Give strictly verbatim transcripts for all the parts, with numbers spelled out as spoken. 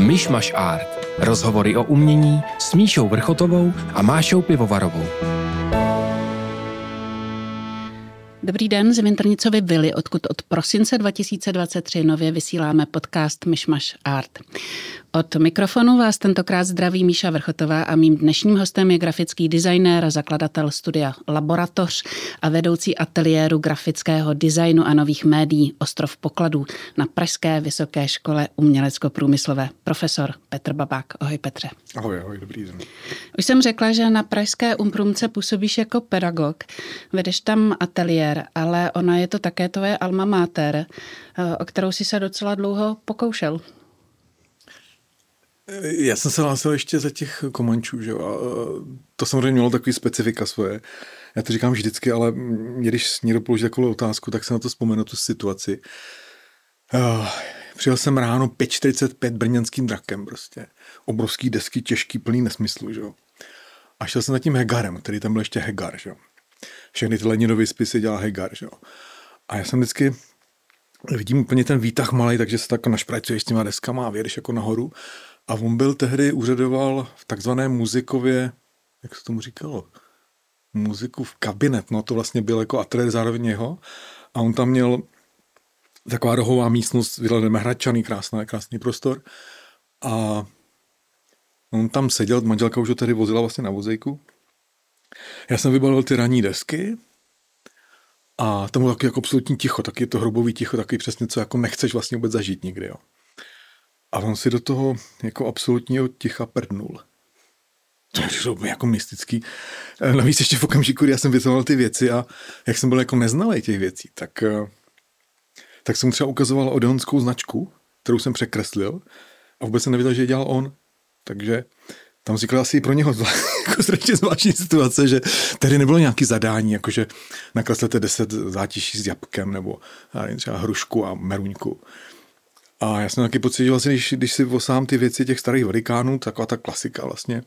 Myšmaš Art. Rozhovory o umění s Míšou Vrchotovou a Mášou Pivovarovou. Dobrý den z Vintrnicovy vily, odkud od prosince dva tisíce dvacet tři nově vysíláme podcast Myšmaš Art. Od mikrofonu vás tentokrát zdraví Míša Vrchotová a mým dnešním hostem je grafický designér a zakladatel studia Laboratoř a vedoucí ateliéru grafického designu a nových médií Ostrov pokladů na Pražské vysoké škole umělecko-průmyslové, profesor Petr Babák. Ahoj Petře. Ahoj, ahoj, dobrý den. Už jsem řekla, že na Pražské Umprumce působíš jako pedagog, vedeš tam ateliér, ale ona je to také tvoje alma mater, o kterou jsi se docela dlouho pokoušel. Já jsem se hlásil ještě za těch Komančů, že jo, a to samozřejmě mělo takový specifika svoje. Já to říkám vždycky, ale když někdo položí takovou otázku, tak se na to vzpomenu tu situaci. Uh, přijel jsem ráno pět čtyřicet pět brněnským drakem prostě. Obrovský desky, těžký, plný nesmyslu, že jo. A šel jsem za tím Hegarem, který tam byl ještě Hegar, že jo. Všechny ty Leninové spisy dělá Hegar, že jo. A já jsem vždycky vidím úplně ten výtah malej, takže se tak našprajcuješ s těma deskama a vyjedeš jako nahoru. A on byl tehdy, úřadoval v takzvané muzikově, jak se tomu říkalo, muziku v kabinet, no to vlastně byl jako ateliér zároveň jeho. A on tam měl taková rohová místnost, vyhledeme hradčaný, krásný, krásný prostor. A on tam seděl, manželka už ho tehdy vozila vlastně na vozejku. Já jsem vybalil ty ranní desky a tam bylo taky jako absolutní ticho, taky je to hrobový ticho, taky přesně co jako nechceš vlastně vůbec zažít nikdy, jo. A on si do toho jako absolutního ticha prdnul. To je jako mystický. Navíc ještě v okamžiku, kdy já jsem vyzval ty věci a jak jsem byl jako neznalej těch věcí, tak, tak jsem třeba ukazoval odeonskou značku, kterou jsem překreslil a vůbec jsem nevěděl, že ji dělal on. Takže tam vznikla asi i pro něho jako strašně zvláštní situace, že tady nebylo nějaké zadání, jakože nakreslete deset zátiší s jabkem nebo třeba hrušku a meruňku. A já jsem taky pocit, že vlastně, když, když si osám ty věci těch starých velikánů, taková ta klasika vlastně,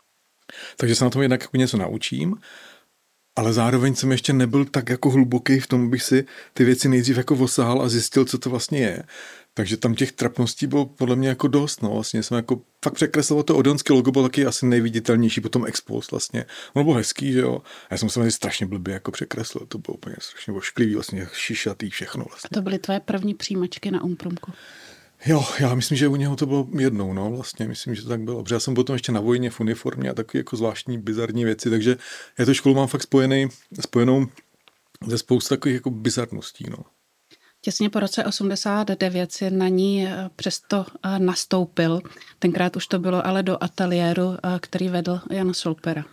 takže se na tom jednak jako něco naučím, ale zároveň jsem ještě nebyl tak jako hluboký v tom, abych si ty věci nejdřív jako osahal a zjistil, co to vlastně je. Takže tam těch trapností bylo podle mě jako dost, no, vlastně jsem jako fakt překresloval to odeonské logo, bylo taky asi nejviditelnější, potom Expos vlastně. Ono bylo hezký, že jo, a já jsem se vlastně strašně blbě jako překreslil, to bylo úplně strašně ošklivý, vlastně šišatý, všechno vlastně. A to byly tvoje první přijímačky na Umprumku? Jo, já myslím, že u něho to bylo jednou, no, vlastně, myslím, že to tak bylo. Protože já jsem potom ještě na vojně v uniformě a takové jako zvláštní, bizarní věci, takže já tu školu mám fakt spojený, spojenou ze spoustu takových jako bizarností, no. Těsně po roce osmdesát devět si na ní přesto nastoupil. Tenkrát už to bylo ale do ateliéru, který vedl Jan Solpera.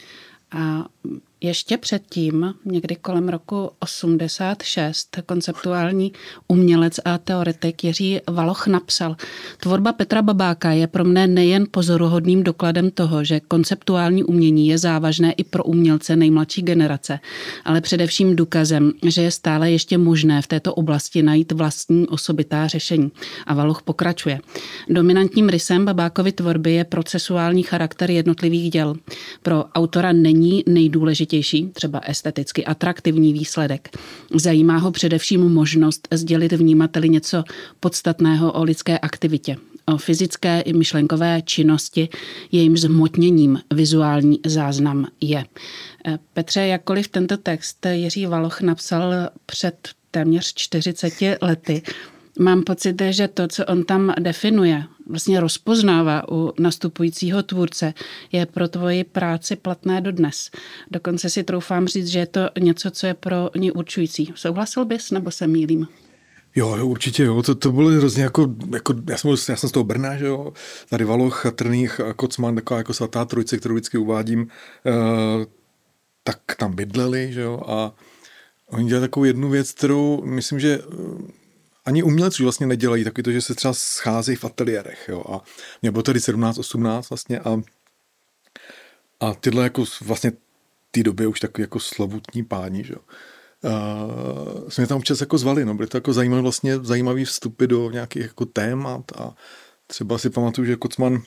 A ještě předtím, někdy kolem roku osmdesát šest, konceptuální umělec a teoretik Jiří Valoch napsal: Tvorba Petra Babáka je pro mne nejen pozoruhodným dokladem toho, že konceptuální umění je závažné i pro umělce nejmladší generace, ale především důkazem, že je stále ještě možné v této oblasti najít vlastní osobitá řešení. A Valoch pokračuje. Dominantním rysem Babákovy tvorby je procesuální charakter jednotlivých děl. Pro autora není nejdůležitější třeba esteticky atraktivní výsledek. Zajímá ho především možnost sdělit vnímateli něco podstatného o lidské aktivitě, o fyzické i myšlenkové činnosti, jejím zhmotněním vizuální záznam je. Petře, jakkoliv tento text Jiří Valoch napsal před téměř čtyřiceti lety, mám pocit, že to, co on tam definuje, vlastně rozpoznává u nastupujícího tvůrce, je pro tvoji práci platné dodnes. Dokonce si troufám říct, že je to něco, co je pro ní určující. Souhlasil bys, nebo se mýlím? Jo, jo, určitě jo, to, to bylo hrozně jako, jako já, jsem, já jsem z toho Brna, že jo, tady Valoch, Trných, Kocman, taková jako svatá trojice, kterou vždycky uvádím, eh, tak tam bydleli, že jo, a oni dělali takovou jednu věc, kterou myslím, že ani umělci vlastně nedělají, taky to, že se třeba scházejí v ateliérech, jo, a mě bylo tady sedmnáct osmnáct vlastně a, a tyhle jako vlastně té době už takový jako slovutní páni, že jo. Uh, jsme tam občas jako zvali, no, byly to jako zajímavé vlastně zajímavý vstupy do nějakých jako témat a třeba si pamatuju, že Kocman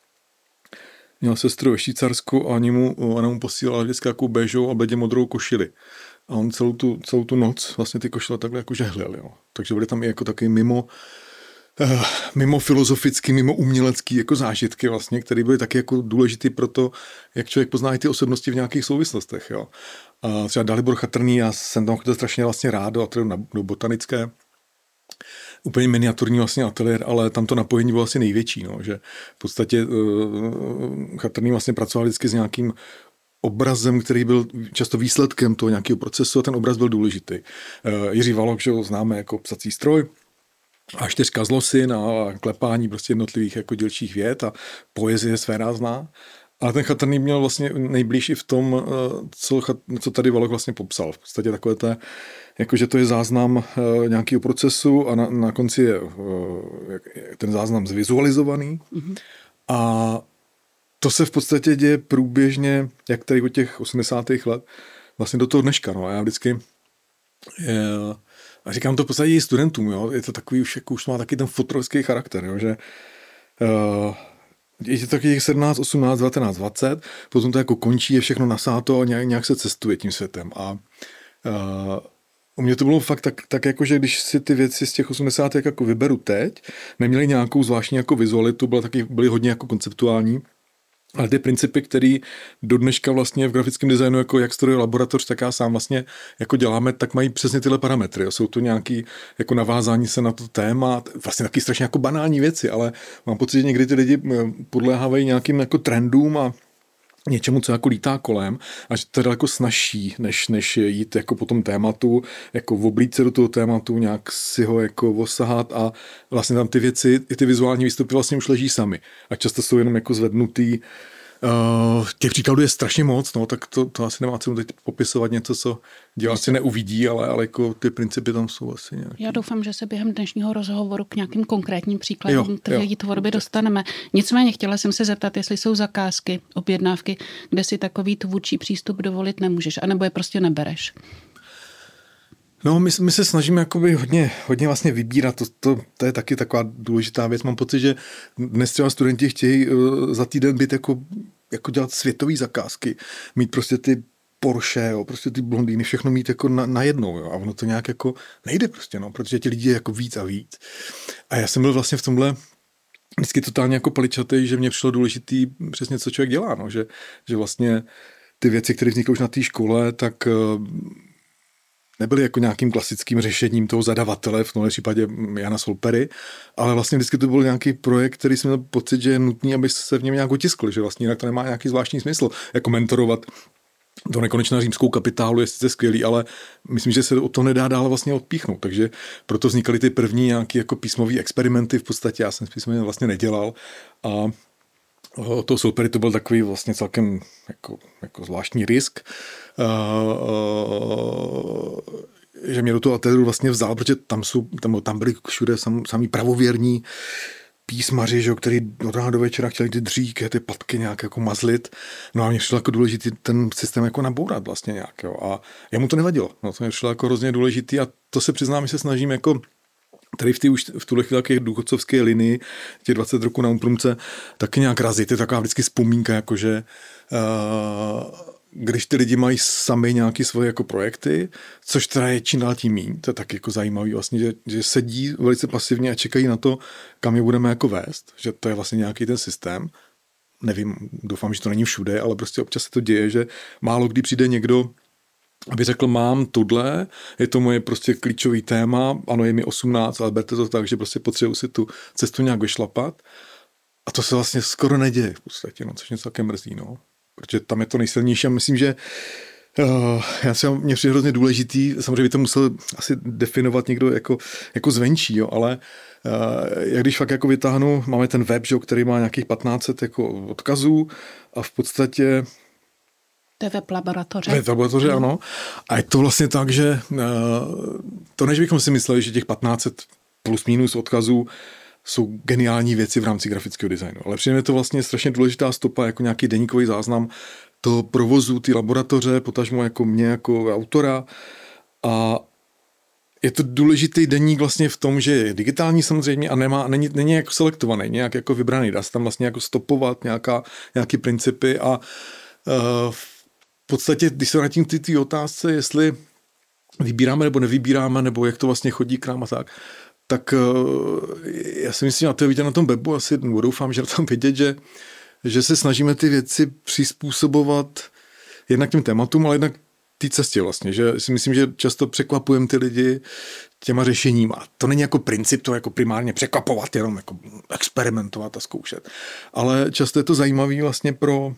měl sestru ve Švýcarsku a oni mu, ona mu posílala vždycky takovou béžovou a bledě modrou košili. A on celou tu, celou tu noc vlastně ty košile takhle jako žehlil, jo. Takže byly tam i jako takový mimo mimo filozofický, mimo umělecký jako zážitky vlastně, které byly taky jako důležitý pro to, jak člověk pozná i ty osobnosti v nějakých souvislostech. Jo. A třeba Dalibor Chatrný, já jsem tam chodil strašně vlastně rád do ateliéru na, do botanické, úplně miniaturní vlastně ateliér, ale tam to napojení bylo asi největší, no, že v podstatě uh, Chatrný vlastně pracoval vždycky s nějakým obrazem, který byl často výsledkem toho nějakého procesu a ten obraz byl důležitý. Uh, Jiří Valok, že ho známe jako psací stroj, a čtyřka zlosin a klepání prostě jednotlivých jako dílčích vět a poezie své rázná. Ale ten Chatrný měl vlastně nejblíž i v tom, co, co tady Valok vlastně popsal. V podstatě takové to, jako že to je záznam nějakého procesu a na, na konci je ten záznam zvizualizovaný. Mm-hmm. A to se v podstatě děje průběžně, jak tady od těch osmdesátých let, vlastně do toho dneška. No. A já vždycky je, a říkám to v podstatě i studentům, jo. Je to takový už, jako už má taky ten fotrovský charakter, jo, že uh, je to taky těch sedmnáct, osmnáct, devatenáct, dvacet, potom to jako končí, je všechno nasáto a nějak, nějak se cestuje tím světem. A uh, u mě to bylo fakt tak, tak jako, že když si ty věci z těch osmdesátých jako vyberu teď, neměli nějakou zvláštní jako vizualitu, byly, taky, byly hodně jako konceptuální, ale ty principy, které do dneška vlastně v grafickém designu, jako jak studuje laboratoř, tak já sám vlastně jako děláme, tak mají přesně tyhle parametry. Jo. Jsou to nějaké jako navázání se na to téma, vlastně taky strašně jako banální věci, ale mám pocit, že někdy ty lidi podléhávají nějakým jako trendům a něčemu, co jako lítá kolem a že to je daleko snazší, než, než jít jako po tom tématu, jako v oblíce do toho tématu, nějak si ho jako osahat a vlastně tam ty věci, i ty vizuální výstupy vlastně už leží sami a často jsou jenom jako zvednutý. Uh, těch příkladů je strašně moc, no, tak to, to asi nemá cenu teď popisovat něco, co diváci neuvidí, ale, ale jako ty principy tam jsou asi nějaký. Já doufám, že se během dnešního rozhovoru k nějakým konkrétním příkladům její tvorby dostaneme. Nicméně chtěla jsem se zeptat, jestli jsou zakázky, objednávky, kde si takový tvůrčí přístup dovolit nemůžeš, anebo je prostě nebereš. No, my, my se snažíme jakoby hodně, hodně vlastně vybírat, to, to, to je taky taková důležitá věc. Mám pocit, že dnes třeba studenti chtějí uh, za týden být jako, jako dělat světové zakázky, mít prostě ty Porsche, jo, prostě ty blondýny, všechno mít jako na, na jednou, jo, a ono to nějak jako nejde prostě, no, protože ti lidi je jako víc a víc. A já jsem byl vlastně v tomhle vždycky totálně jako paličatý, že mě přišlo důležitý přesně, co člověk dělá, no, že, že vlastně ty věci, které vznikly už na té škole, tak uh, nebyly jako nějakým klasickým řešením toho zadavatele, v tomhle případě Jana Solpery, ale vlastně vždycky to byl nějaký projekt, který jsem měl pocit, že je nutný, aby se v něm nějak otiskl, že vlastně jinak to nemá nějaký zvláštní smysl. Jako mentorovat do nekonečna římskou kapitálu je sice skvělý, ale myslím, že se od toho nedá dále vlastně odpíchnout, takže proto vznikaly ty první nějaký jako písmový experimenty, v podstatě já jsem s písmem vlastně nedělal a toho Solpery to byl takový vlastně celkem jako, jako zvláštní risk, uh, uh, že mě do toho ateliéru vlastně vzal, protože tam, jsou, tam, tam byli všude sam, samý pravověrní písmaři, že, který od rána do večera chtěli ty dříky, ty patky nějak jako mazlit. No a mě přišlo jako důležitý ten systém jako nabourat vlastně nějak. Jo. A jemu to nevadilo. No, to mě přišlo jako hrozně důležitý a to se přiznám, že se snažím jako tady v, tý, už v tuhle chvíli důchodcovské linii, těch dvacet roků na Umprumce, taky nějak razit. Je taková vždycky vzpomínka, jakože uh, když ty lidi mají sami nějaké svoje jako projekty, což teda je čím dál tím míň, to je tak jako zajímavý vlastně, že, že sedí velice pasivně a čekají na to, kam je budeme jako vést, že to je vlastně nějaký ten systém. Nevím, doufám, že to není všude, ale prostě občas se to děje, že málo kdy přijde někdo, aby řekl, mám tohle, je to moje prostě klíčový téma, ano, je mi osmnáct, ale berte to tak, že prostě potřebuji si tu cestu nějak vyšlapat. A to se vlastně skoro neděje v podstatě, no, což mě celkem mrzí, no. Protože tam je to nejsilnější a myslím, že uh, já třeba mě přijde hrozně důležitý, samozřejmě by to musel asi definovat někdo jako, jako zvenčí, jo, ale uh, jak když fakt jako vytáhnu, máme ten web, že, který má nějakých patnáct set jako odkazů a v podstatě to je web laboratoře. Web laboratoře, mm. ano. A je to vlastně tak, že uh, to než bychom si mysleli, že těch patnáct set plus minus odkazů jsou geniální věci v rámci grafického designu. Ale přijde mi to vlastně strašně důležitá stopa, jako nějaký deníkový záznam toho provozu, ty laboratoře, potažmo jako mě, jako autora. A je to důležitý deník vlastně v tom, že je digitální samozřejmě a nemá, není, není jako selektovaný, nějak jako vybraný. Dá se tam vlastně jako stopovat nějaká, nějaký principy a uh, v podstatě, když se vrátím ty, ty otázce, jestli vybíráme nebo nevybíráme, nebo jak to vlastně chodí k nám a tak, tak já si myslím, a to je vidět na tom webu, asi doufám, že tam vidět, že, že se snažíme ty věci přizpůsobovat jednak těm tématům, ale jednak té cestě vlastně, že si myslím, že často překvapujeme ty lidi těma řešeníma. To není jako princip, to jako primárně překvapovat, jenom jako experimentovat a zkoušet. Ale často je to zajímavé vlastně pro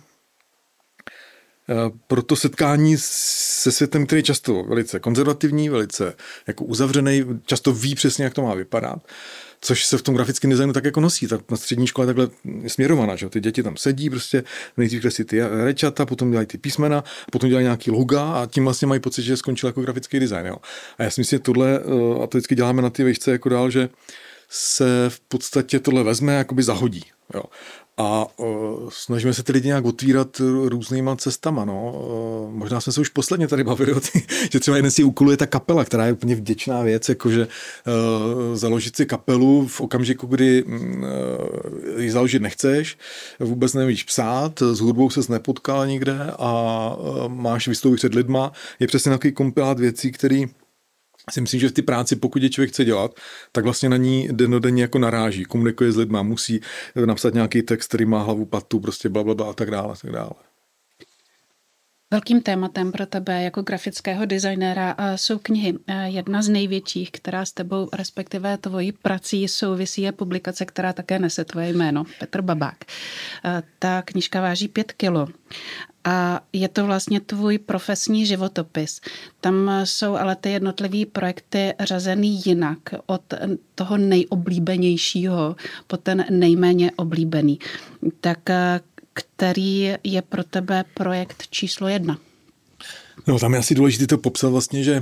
pro to setkání se světem, který je často velice konzervativní, velice jako uzavřený, často ví přesně, jak to má vypadat, což se v tom grafickém designu tak jako nosí. Tak na střední škole takhle je směrovaná, že ty děti tam sedí, prostě nejdřív kreslí ty rečata, potom dělají ty písmena, potom dělají nějaký loga a tím vlastně mají pocit, že skončil jako grafický design. Jo. A já si myslím, že tohle, a to vždycky děláme na ty výšce jako dál, že se v podstatě tohle vezme, jakoby zahodí. Jo. A uh, snažíme se ty lidi nějak otvírat různýma cestama. No. Uh, možná jsme se už posledně tady bavili o ty, že třeba jeden z těch úkolů je ta kapela, která je úplně vděčná věc, jakože uh, založit si kapelu v okamžiku, kdy uh, ji založit nechceš, vůbec nevíš psát, s hudbou ses nepotkal nikde a uh, máš vystoupit před lidma, je přesně takový kompilát věcí, který si myslím, že v té práci, pokud je člověk chce dělat, tak vlastně na ní dennodenně jako naráží, komunikuje s lidma, musí napsat nějaký text, který má hlavu patu, prostě blablabla a tak dále, a tak dále. Velkým tématem pro tebe jako grafického designéra jsou knihy. Jedna z největších, která s tebou, respektive tvojí prací souvisí, je publikace, která také nese tvoje jméno, Petr Babák. Ta knížka váží pět kilo. A je to vlastně tvůj profesní životopis. Tam jsou ale ty jednotlivé projekty řazený jinak, od toho nejoblíbenějšího po ten nejméně oblíbený. Tak který je pro tebe projekt číslo jedna? No, tam je asi důležité to popsat vlastně, že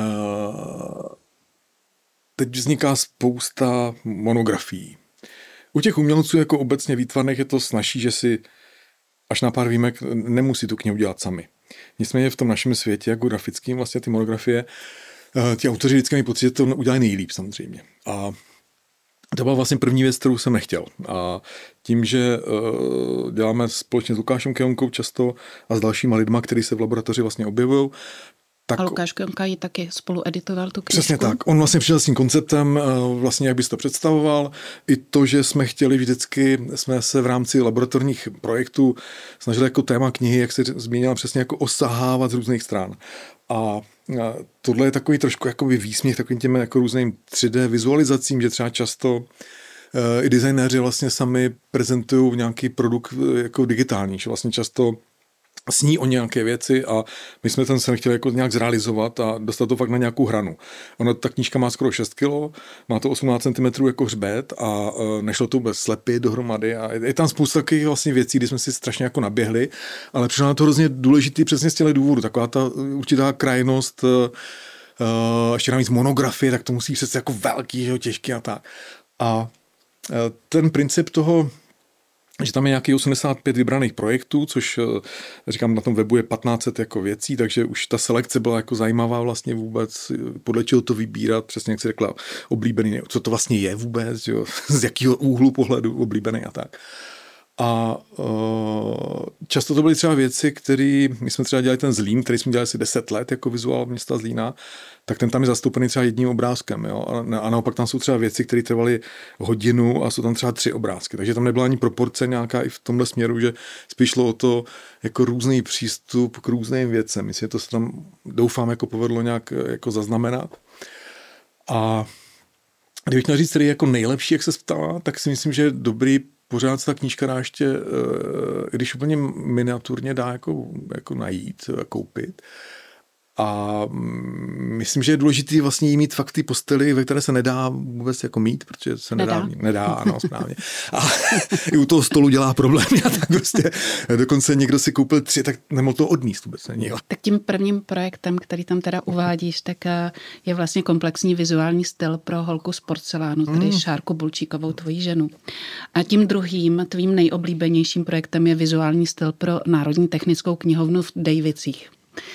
teď vzniká spousta monografií. U těch umělců jako obecně výtvarných je to snazší, že si až na pár výjimek nemusí tu knihu dělat sami. Nicméně v tom našem světě, jako grafickým, vlastně ty monografie, ti autoři vždycky mají pocit, že to udělají nejlíp samozřejmě. A to byla vlastně první věc, kterou jsem nechtěl. A tím, že uh, děláme společně s Lukášem Kionkou často a s dalšíma lidma, kteří se v laboratoři vlastně objevují, tak... A Lukáš Kionka ji taky spolu editoval tu knížku. Přesně tak. On vlastně přišel s tím konceptem, vlastně jak bys to představoval. I to, že jsme chtěli vždycky, jsme se v rámci laboratorních projektů snažili jako téma knihy, jak se zmínila, přesně jako osahávat z různých stran. A tohle je takový trošku jakoby výsměch takovým těm jako různým tři dé vizualizacím, že třeba často i designéři vlastně sami prezentují nějaký produkt jako digitální, že vlastně často sní o nějaké věci a my jsme ten sen chtěli jako nějak zrealizovat a dostat to fakt na nějakou hranu. Ono, ta knížka má skoro šest kilo, má to osmnáct centimetrů jako hřbet a nešlo to vůbec slepit dohromady a je tam spousta takových vlastně věcí, kdy jsme si strašně jako naběhli, ale přišlo na to hrozně důležitý přesně z těch důvodů. Taková ta určitá krajnost, ještě navíc monografie, tak to musí přece jako velký, že, těžký a tak. A ten princip toho, že tam je nějaký osmdesát pět vybraných projektů, což říkám, na tom webu je patnáct set jako věcí, takže už ta selekce byla jako zajímavá vlastně vůbec, podle čeho to vybírat, přesně jak jsi řekla, oblíbený, co to vlastně je vůbec, jo, z jakého úhlu pohledu oblíbený a tak. A uh, často to byly třeba věci, které, my jsme třeba dělali ten Zlín, který jsme dělali asi deset let jako vizuál města Zlína, tak ten tam je zastoupený třeba jedním obrázkem. Jo? A, a naopak tam jsou třeba věci, které trvaly hodinu a jsou tam třeba tři obrázky. Takže tam nebyla ani proporce nějaká i v tomhle směru, že spíš šlo o to jako různý přístup k různým věcem. Myslím, že to se tam doufám jako povedlo nějak jako zaznamenat. A kdybych měl říct, který je jako nejlepší, jak se ptala, tak si myslím, že je dobrý pořád se ta knížka dá ještě, když úplně miniaturně dá jako, jako najít a koupit. A myslím, že je důležitý vlastně jí mít fakt ty postely, ve které se nedá vůbec jako mít, protože se nedá. Nedá, nedá ano, správně. A i u toho stolu dělá problémy a tak prostě. Dokonce někdo si koupil tři, tak nemohl to odníst vůbec. Není. Tak tím prvním projektem, který tam teda uvádíš, tak je vlastně komplexní vizuální styl pro holku z porcelánu, tedy mm. Šárku Bulčíkovou, tvoji ženu. A tím druhým, tvým nejoblíbenějším projektem je vizuální styl pro Národní technickou knihovnu v Dejvicích,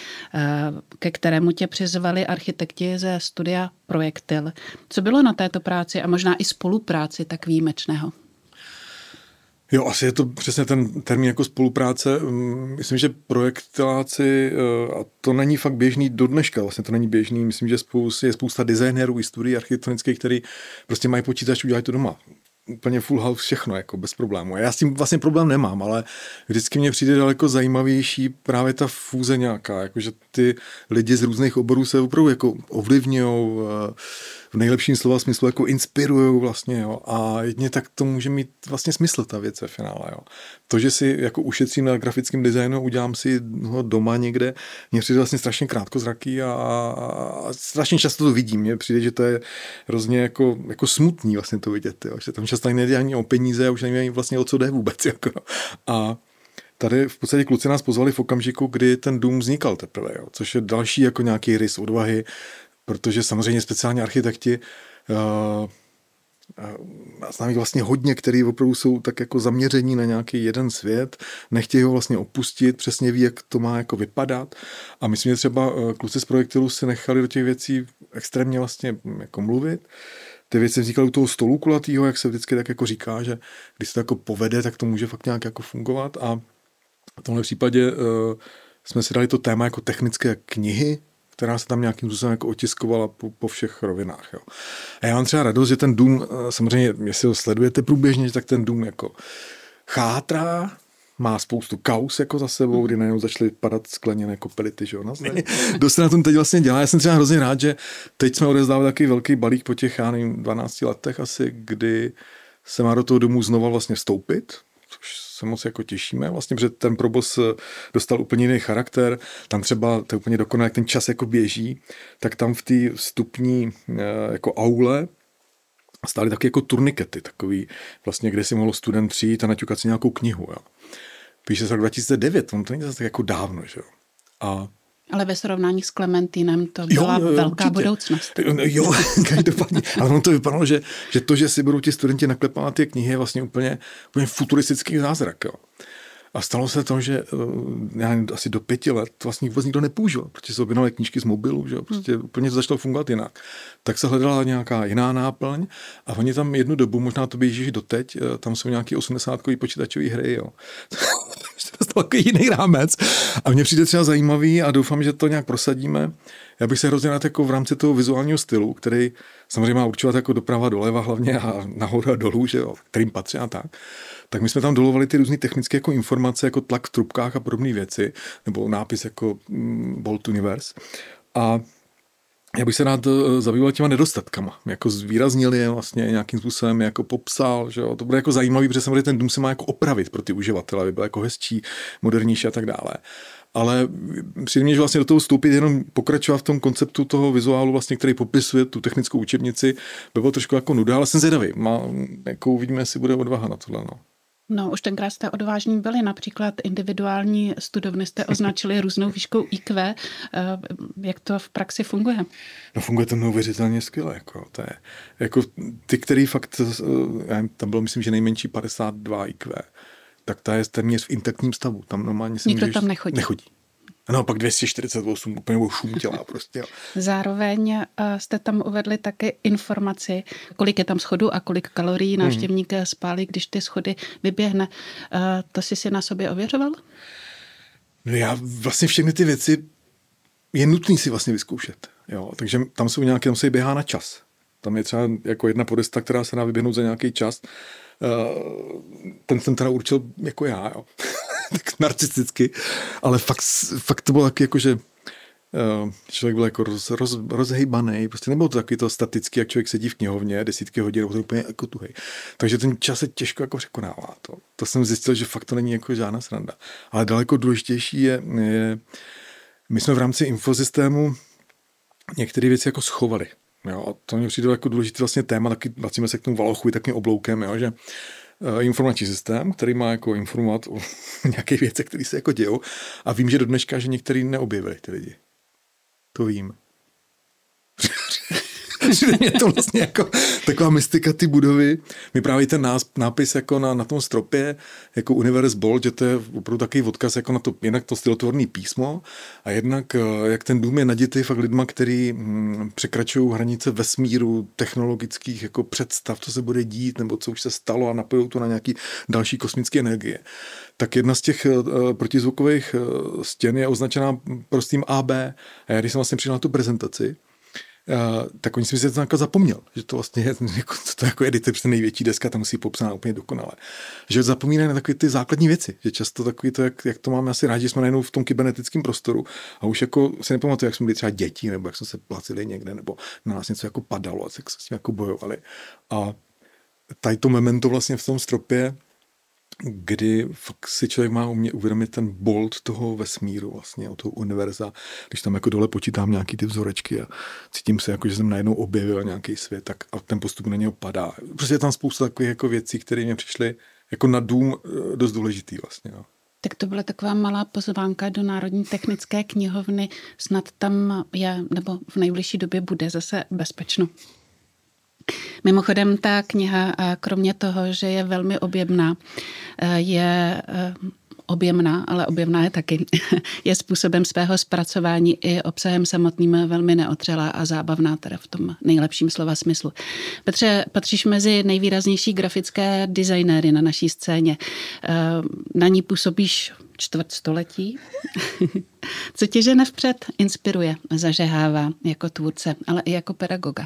ke kterému tě přizvali architekti ze studia Projektil. Co bylo na této práci a možná i spolupráci tak výjimečného? Jo, asi je to přesně ten termín jako spolupráce. Myslím, že projektiláci, a to není fakt běžný do dneška, vlastně to není běžný. Myslím, že spousta, je spousta designérů i studií architektonických, který prostě mají počítač, udělají to doma. Úplně full house všechno, jako bez problému. A já s tím vlastně problém nemám, ale vždycky mně přijde daleko zajímavější právě ta fúze nějaká, jakože ty lidi z různých oborů se opravdu jako ovlivňujou, v nejlepším slova smyslu jako inspirujou vlastně, jo. A jedně tak to může mít vlastně smysl ta věc ve finále, jo. To, že si jako ušetřím na grafickém designu, udělám si ho doma někde, mně přijde vlastně strašně krátkozraký a, a strašně často to vidím. Mně přijde, že to je hrozně jako, jako smutný vlastně to vidět, jo. Že tam často nejde ani o peníze a už nevím vlastně o co jde vůbec, jako. A tady v podstatě kluci nás pozvali v okamžiku, kdy ten dům vznikal teprve, jo. Což je další jako nějaký rys odvahy, protože samozřejmě speciální architekti uh, uh, znám vlastně hodně, který opravdu jsou tak jako zaměření na nějaký jeden svět, nechtějí ho vlastně opustit, přesně ví, jak to má jako vypadat a myslím, že třeba uh, kluci z projektilu si nechali do těch věcí extrémně vlastně jako mluvit. Ty věci vznikaly u toho stolu kulatýho, jak se vždycky tak jako říká, že když se to jako povede, tak to může fakt nějak jako fungovat a v tomhle případě uh, jsme si dali to téma jako technické knihy, která se tam nějakým způsobem jako otiskovala po, po všech rovinách. Jo. A já mám třeba radost, že ten dům, samozřejmě, jestli ho sledujete průběžně, tak ten dům jako chátrá, má spoustu kaus jako za sebou, kdy najednou začaly padat skleněné kopelity, že jo. Dost se na tom teď vlastně dělá. Já jsem třeba hrozně rád, že teď jsme odezdávali takový velký balík po těch, já nevím, dvanácti letech asi, kdy se má do toho domu znova vlastně vstoupit, což se moc jako těšíme, vlastně, protože ten Probos dostal úplně jiný charakter, tam třeba, to je úplně dokonalé, jak ten čas jako běží, tak tam v té vstupní jako aule stály taky jako turnikety, takový vlastně, kde si mohl student přijít a naťukat si nějakou knihu, jo. Píše se rok dva tisíce devět, on to není zase tak jako dávno, že jo. A ale ve srovnání s Klementínem to byla jo, jo, velká určitě. Budoucnost. Jo, každopádně. Ale ono to vypadalo, že, že to, že si budou ti studenti naklepávat ty knihy, je vlastně úplně, úplně futuristický zázrak. Jo. A stalo se to, že já nevím, asi do pěti let vlastně vůbec nikdo nepoužil, protože se objednali knížky z mobilu, že jo, prostě hmm. úplně to začalo fungovat jinak. Tak se hledala nějaká jiná náplň a oni tam jednu dobu, možná to běží doteď, tam jsou nějaký osmdesátkový počítačové hry, jo. To je takový jiný rámec. A mně přijde třeba zajímavý a doufám, že to nějak prosadíme. Já bych se hrozně rád jako v rámci toho vizuálního stylu, který samozřejmě má určovat jako doprava doleva hlavně a nahoru a dolů, že jo, kterým patří a tak. Tak my jsme tam dolovali ty různé technické jako informace, jako tlak v trubkách a podobné věci, nebo nápis jako mm, Bolt Universe. A já bych se rád zabýval těma nedostatkama, jako zvýraznil je vlastně nějakým způsobem, jako popsal, že jo, to bude jako zajímavý, protože samozřejmě ten dům se má jako opravit pro ty uživatele, aby byl jako hezčí, modernější a tak dále. Ale přijde mě, že vlastně do toho vstoupit, jenom pokračovat v tom konceptu toho vizuálu, vlastně, který popisuje tu technickou učebnici, by bylo trošku jako nuda, ale jsem zvědavý. Má, jako uvidíme, jestli bude odvaha na tohle. No. No, už tenkrát jste odvážní byli, například individuální studovny jste označili různou výškou í kvé. Jak to v praxi funguje? No, funguje to neuvěřitelně skvěle. Jako, to je, jako ty, který fakt, já, tam bylo myslím, že nejmenší padesát dva í kvé, tak ta je téměř v intaktním stavu. Tam normálně si Nikdo můžeš, tam nechodí. nechodí. No, pak dvě stě čtyřicet osm, úplně šum těla prostě. Jo. Zároveň jste tam uvedli taky informaci, kolik je tam schodů a kolik kalorií návštěvník hmm. spálí, když ty schody vyběhne. To jsi si na sobě ověřoval? No já vlastně všechny ty věci je nutný si vlastně vyzkoušet. Jo. Takže tam jsou nějaké, tam se běhá na čas. Tam je třeba jako jedna podesta, která se dá vyběhnout za nějaký čas. Ten jsem teda určil jako já, jo. Tak narcisticky, ale fakt, fakt to bylo taky jako, že uh, člověk byl jako roz, roz, rozhejbaný, prostě nebylo to takový to statický, jak člověk sedí v knihovně desítky hodin, nebo to úplně jako tuhej. Takže ten čas se těžko jako překonává. To, to jsem zjistil, že fakt to není jako žádná sranda. Ale daleko důležitější je, je my jsme v rámci infosystému některé věci jako schovali. Jo, a to mě přijde jako důležitý vlastně téma, taky vracíme se k tomu Valochovi takým obloukem, jo, že informační systém, který má jako informovat o nějakých věcech, které se jako dějou. A vím, že do dneška, že některý neobjevili ty lidi. To vím. Přijde mě to vlastně jako taková mystika ty budovy. Mi právě ten nápis jako na, na tom stropě, jako Universe Bold, že to je opravdu takový odkaz jako na to, jednak to stylotvorný písmo a jednak jak ten dům je nadětý fakt lidma, který hm, překračují hranice vesmíru, technologických jako představ, co se bude dít, nebo co už se stalo a napojou to na nějaký další kosmické energie. Tak jedna z těch uh, protizvukových uh, stěn je označená prostým A B. A já když jsem vlastně přijel na tu prezentaci, uh, tak oni si mysleli, že to jako zapomněl. Že to vlastně je, jako, to jako editor, protože největší deska, tam musí popsaná úplně dokonale. Že zapomínají na takové ty základní věci. Že často takový to, jak, jak to máme asi rádi, že jsme najednou v tom kybernetickém prostoru a už jako si nepamatuju, jak jsme byli třeba děti, nebo jak jsme se placili někde, nebo na nás něco jako padalo, jak jsme s tím jako bojovali. A tady to memento vlastně v tom stropě, kdy fakt si člověk má umě uvědomit ten bolt toho vesmíru vlastně, o toho univerza, když tam jako dole počítám nějaký ty vzorečky a cítím se jako, že jsem najednou objevil nějaký svět, tak a ten postup na něho padá. Prostě je tam spousta takových jako věcí, které mě přišly jako na dům dost důležitý vlastně. No. Tak to byla taková malá pozvánka do Národní technické knihovny. Snad tam je, nebo v nejbližší době bude zase bezpečno. Mimochodem ta kniha, kromě toho, že je velmi objemná, je objemná, ale objemná je taky, je způsobem svého zpracování i obsahem samotným velmi neotřelá a zábavná, teda v tom nejlepším slova smyslu. Petře, patříš mezi nejvýraznější grafické designéry na naší scéně. Na ní působíš čtvrt století. Co tě žene vpřed, inspiruje, zažehává jako tvůrce, ale i jako pedagoga?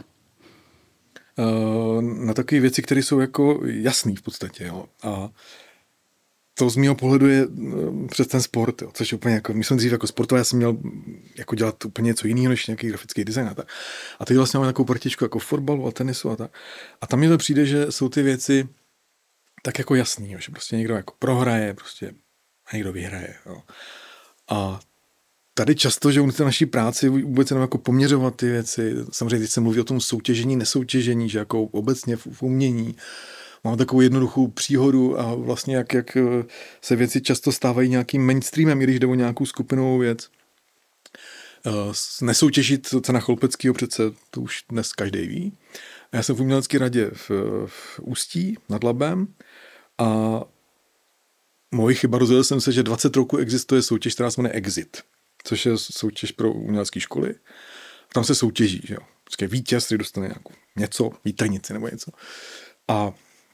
Na takové věci, které jsou jako jasný v podstatě. Jo. A to z mého pohledu je přes ten sport, jo, což úplně jako, my jsme dřív jako sportový, já jsem měl jako dělat úplně něco jiného než nějaký grafický design a tak. A teď vlastně máme takovou partičku jako fotbalu a tenisu a tak. A tam mi to přijde, že jsou ty věci tak jako jasný, jo, že prostě někdo jako prohraje, prostě a někdo vyhraje. Jo. A tady často, že u té naší práci vůbec jenom jako poměřovat ty věci, samozřejmě teď se mluví o tom soutěžení, nesoutěžení, že jako obecně v, v umění mám takovou jednoduchou příhodu a vlastně jak, jak se věci často stávají nějakým mainstreamem, když jde o nějakou skupinovou věc. Nesoutěžit Cena Chloupeckého přece, to už dnes každý ví. Já jsem v umělecké radě v, v Ústí nad Labem a moje chyba, rozhodl jsem se, že dvacet roku existuje soutěž, která se jmenuje Exit, což je soutěž pro umělecké školy. Tam se soutěží, že jo. Vždycky vítěz, který dostane nějakou něco, výtrnici nebo něco. A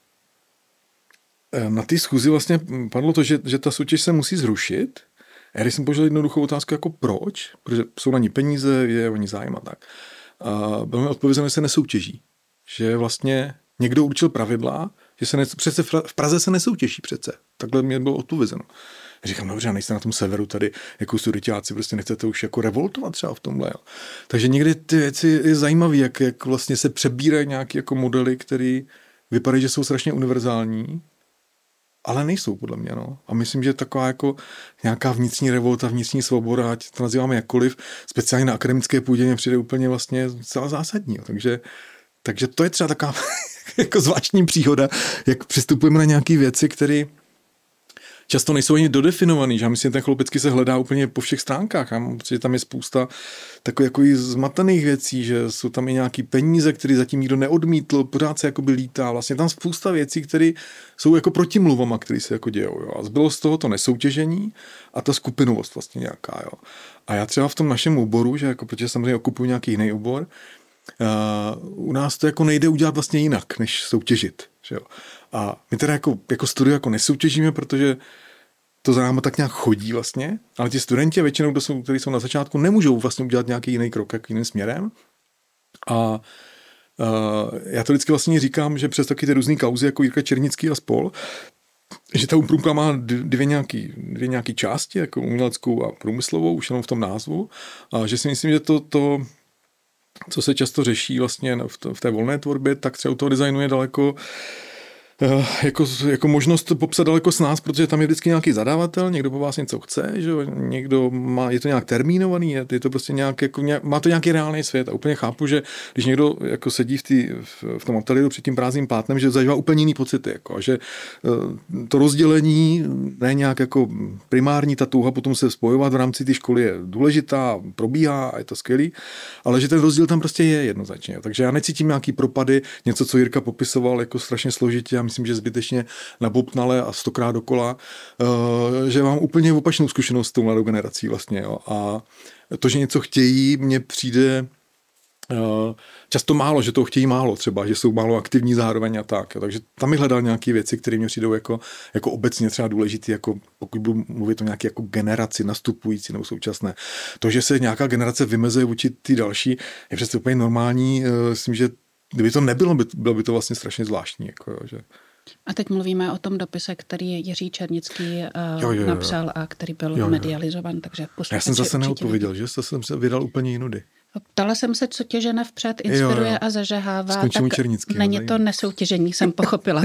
na té schůzi vlastně padlo to, že, že ta soutěž se musí zrušit. A když jsem položil jednoduchou otázku, jako proč, protože jsou na ní peníze, je o ní zájem a tak. A bylo mi odpovězeno, že se nesoutěží. Že vlastně někdo určil pravidla, že se ne, přece v Praze se nesoutěží přece. Takhle mě bylo odpovězeno. Říkám, dobře, nejste na tom severu tady jako studentáci, prostě nechcete už jako revoltovat třeba v tomhle. Jo. Takže někdy ty věci je zajímavé, jak, jak vlastně se přebírají nějaké jako modely, které vypadají, že jsou strašně univerzální, ale nejsou podle mě. No. A myslím, že taková jako nějaká vnitřní revolta, vnitřní svoboda, ať to nazýváme jakkoliv, speciálně na akademické půdě mě přijde úplně vlastně celá zásadní. Jo. Takže, takže to je třeba taková jako zvláštní příhoda, jak přistupujeme na nějaké věci, které často nejsou ani dodefinovaný, že já myslím, že ten Chloupecký se hledá úplně po všech stránkách. Já mám pocit, že tam je spousta takových jako zmatených věcí, že jsou tam i nějaký peníze, které zatím nikdo neodmítl, pořád se jakoby lítá. Vlastně tam spousta věcí, které jsou jako protimluvama, které se jako dějou. Jo. A zbylo z toho to nesoutěžení a ta skupinovost vlastně nějaká. Jo. A já třeba v tom našem oboru, že jako, protože samozřejmě okupuju nějaký jiný obor, Uh, u nás to jako nejde udělat vlastně jinak, než soutěžit. Že jo? A my teda jako, jako studio jako nesoutěžíme, protože to za náma tak nějak chodí vlastně, ale ti studenti většinou, kdo jsou, kteří jsou na začátku, nemůžou vlastně udělat nějaký jiný krok, jak jiným směrem. A uh, já to vždycky vlastně říkám, že přes taky ty různý kauzy, jako Jirka Černický a spol, že ta Umprumka má dvě nějaký, dvě nějaký části, jako uměleckou a průmyslovou, už jenom v tom názvu, a že si myslím, že to, to co se často řeší vlastně v, to, v té volné tvorbě, tak třeba u toho designu je daleko jako, jako možnost popsat daleko s nás, protože tam je vždycky nějaký zadávatel, někdo po vás něco chce, že někdo má, je to nějak termínovaný, je, je to prostě nějak, jako, nějak, má to nějaký reálný svět a úplně chápu, že když někdo jako sedí v, tý, v, v tom ateliéru před tím prázdným plátnem, že zažívá úplně jiný pocity, jako, a že to rozdělení ne nějak jako primární, ta touha potom se spojovat v rámci té školy je důležitá, probíhá a je to skvělý, ale že ten rozdíl tam prostě je jednoznačně. Takže já necítím nějaký propady, něco, co Jirka popisoval jako strašně složitě a myslím, že zbytečně nabobtnale a stokrát dokola, že mám úplně opačnou zkušenost s tou mladou generací vlastně. Jo. A to, že něco chtějí, mně přijde často málo, že to chtějí málo třeba, že jsou málo aktivní zároveň a tak. Jo. Takže tam bych hledal nějaké věci, které mě přijdou jako, jako obecně třeba důležité, jako pokud budu mluvit o nějaké jako generaci nastupující nebo současné. To, že se nějaká generace vymezuje vůči ty další, je přece úplně normální. Myslím, že kdyby to nebylo, bylo by to vlastně strašně zvláštní. Jako, jo, že... A teď mluvíme o tom dopise, který Jiří Černický uh, jo, jo, jo. napsal a který byl jo, jo. medializovan, takže já jsem zase neodpověděl, že jsem se vydal úplně jinudy. Ptala jsem se, co tě žene vpřed, inspiruje jo, jo. a zažehává, Skončil tak Černický, není jo, to nesoutěžení, jsem pochopila.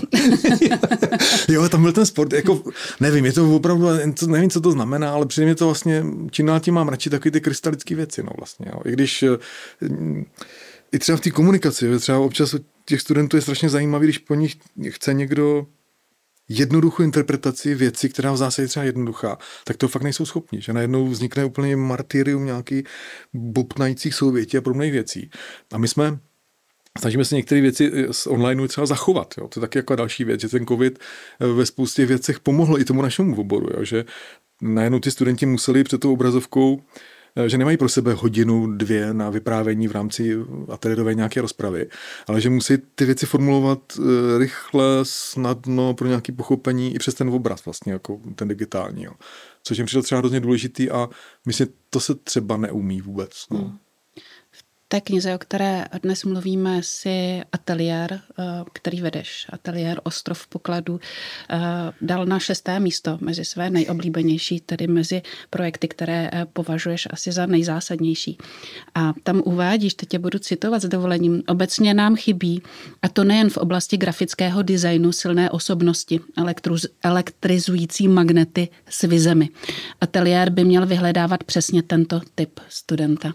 Jo, tam byl ten sport, jako nevím, je to opravdu, nevím, co to znamená, ale přijde mě to vlastně, čím dál tím mám radši takový ty krystalické věci, no vlastně, jo. I když i třeba v té komunikaci, třeba občas těch studentů je strašně zajímavý, když po nich chce někdo jednoduchou interpretaci věci, která v zásadě třeba jednoduchá, tak to fakt nejsou schopni, že najednou vznikne úplně martyrium nějaký bobtnajících souvětí a podobných věcí. A my jsme snažíme se některé věci z online třeba zachovat. Jo? To je taky jako další věc, že ten covid ve spoustě věcech pomohl i tomu našemu oboru, jo? Že najednou ty studenti museli před tou obrazovkou, že nemají pro sebe hodinu, dvě na vyprávění v rámci ateliérové nějaké rozpravy, ale že musí ty věci formulovat rychle, snadno pro nějaké pochopení i přes ten obraz vlastně, jako ten digitální. Jo. Což jim přišlo třeba hrozně důležitý a myslím, to se třeba neumí vůbec. No. Hmm. V té knize, o které dnes mluvíme, si ateliér, který vedeš, ateliér Ostrov pokladů, dal na šesté místo mezi své nejoblíbenější, tedy mezi projekty, které považuješ asi za nejzásadnější. A tam uvádíš, teď tě budu citovat s dovolením, obecně nám chybí, a to nejen v oblasti grafického designu, silné osobnosti, elektruz, elektrizující magnety s vizemi. Ateliér by měl vyhledávat přesně tento typ studenta.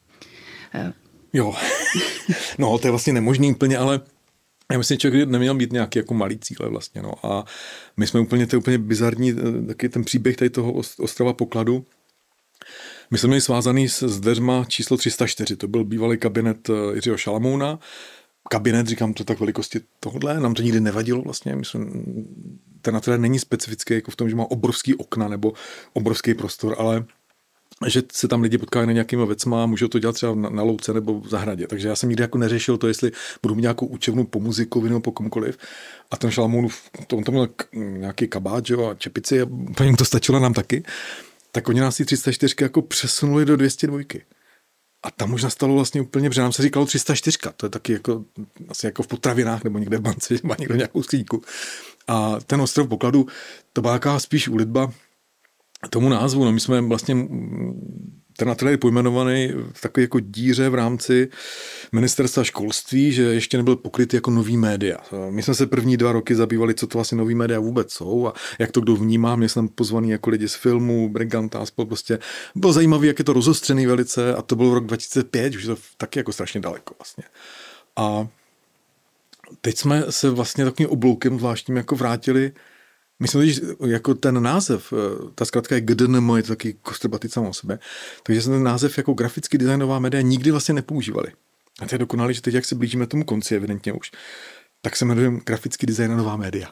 Jo, no to je vlastně nemožný úplně, ale já myslím, že člověk neměl být nějaký jako malý cíle vlastně, no a my jsme úplně, to je úplně bizarní, taky ten příběh tady toho Ostrova pokladu. My jsme měli svázaný s, s dveřma číslo tři sta čtyři, to byl bývalý kabinet Jiřího Šalamouna. Kabinet, říkám to tak velikosti tohle, nám to nikdy nevadilo vlastně, my jsme, ten ateliér není specifický jako v tom, že má obrovský okna nebo obrovský prostor, ale že se tam lidi potkávají na nějakýma věcma a můžou to dělat třeba na, na louce nebo v zahradě. Takže já jsem nikdy jako neřešil to, jestli budu mít nějakou učebnu po muzikovi nebo po komukoliv. A ten Šalamounův, to, on tam měl k, nějaký kabát, že, a čepici a paní to stačilo nám taky. Tak oni nás ty tři sta čtyři jako přesunuli do dvě stě dva. A tam už nastalo vlastně úplně, protože nám se říkalo tři sta čtyři, to je taky jako, asi jako v potravinách nebo někde v bance, že má někdo nějakou skříňku. A ten Ostrov pokladu, to byla taková spíš úlitba tomu názvu. No my jsme vlastně, ten ateliér je pojmenovaný v takové jako díře v rámci ministerstva školství, že ještě nebyl pokrytý jako nový média. My jsme se první dva roky zabývali, co to vlastně nový média vůbec jsou a jak to kdo vnímá. Mě jsem pozvaný jako lidi z filmu, Briganta, spol, prostě bylo zajímavé, jak je to rozostřený velice a to byl rok dva tisíce pět, už je to taky jako strašně daleko vlastně. A teď jsme se vlastně takovým obloukem zvláštním jako vrátili. My jsme když jako ten název, ta zkratka je G D N M, je to taky kostrbatý samo o sebe, takže jsme ten název jako graficky designová média nikdy vlastně nepoužívali. A to je dokonalé, že teď, jak se blížíme tomu konci, evidentně už, tak se jmenujeme graficky designová média.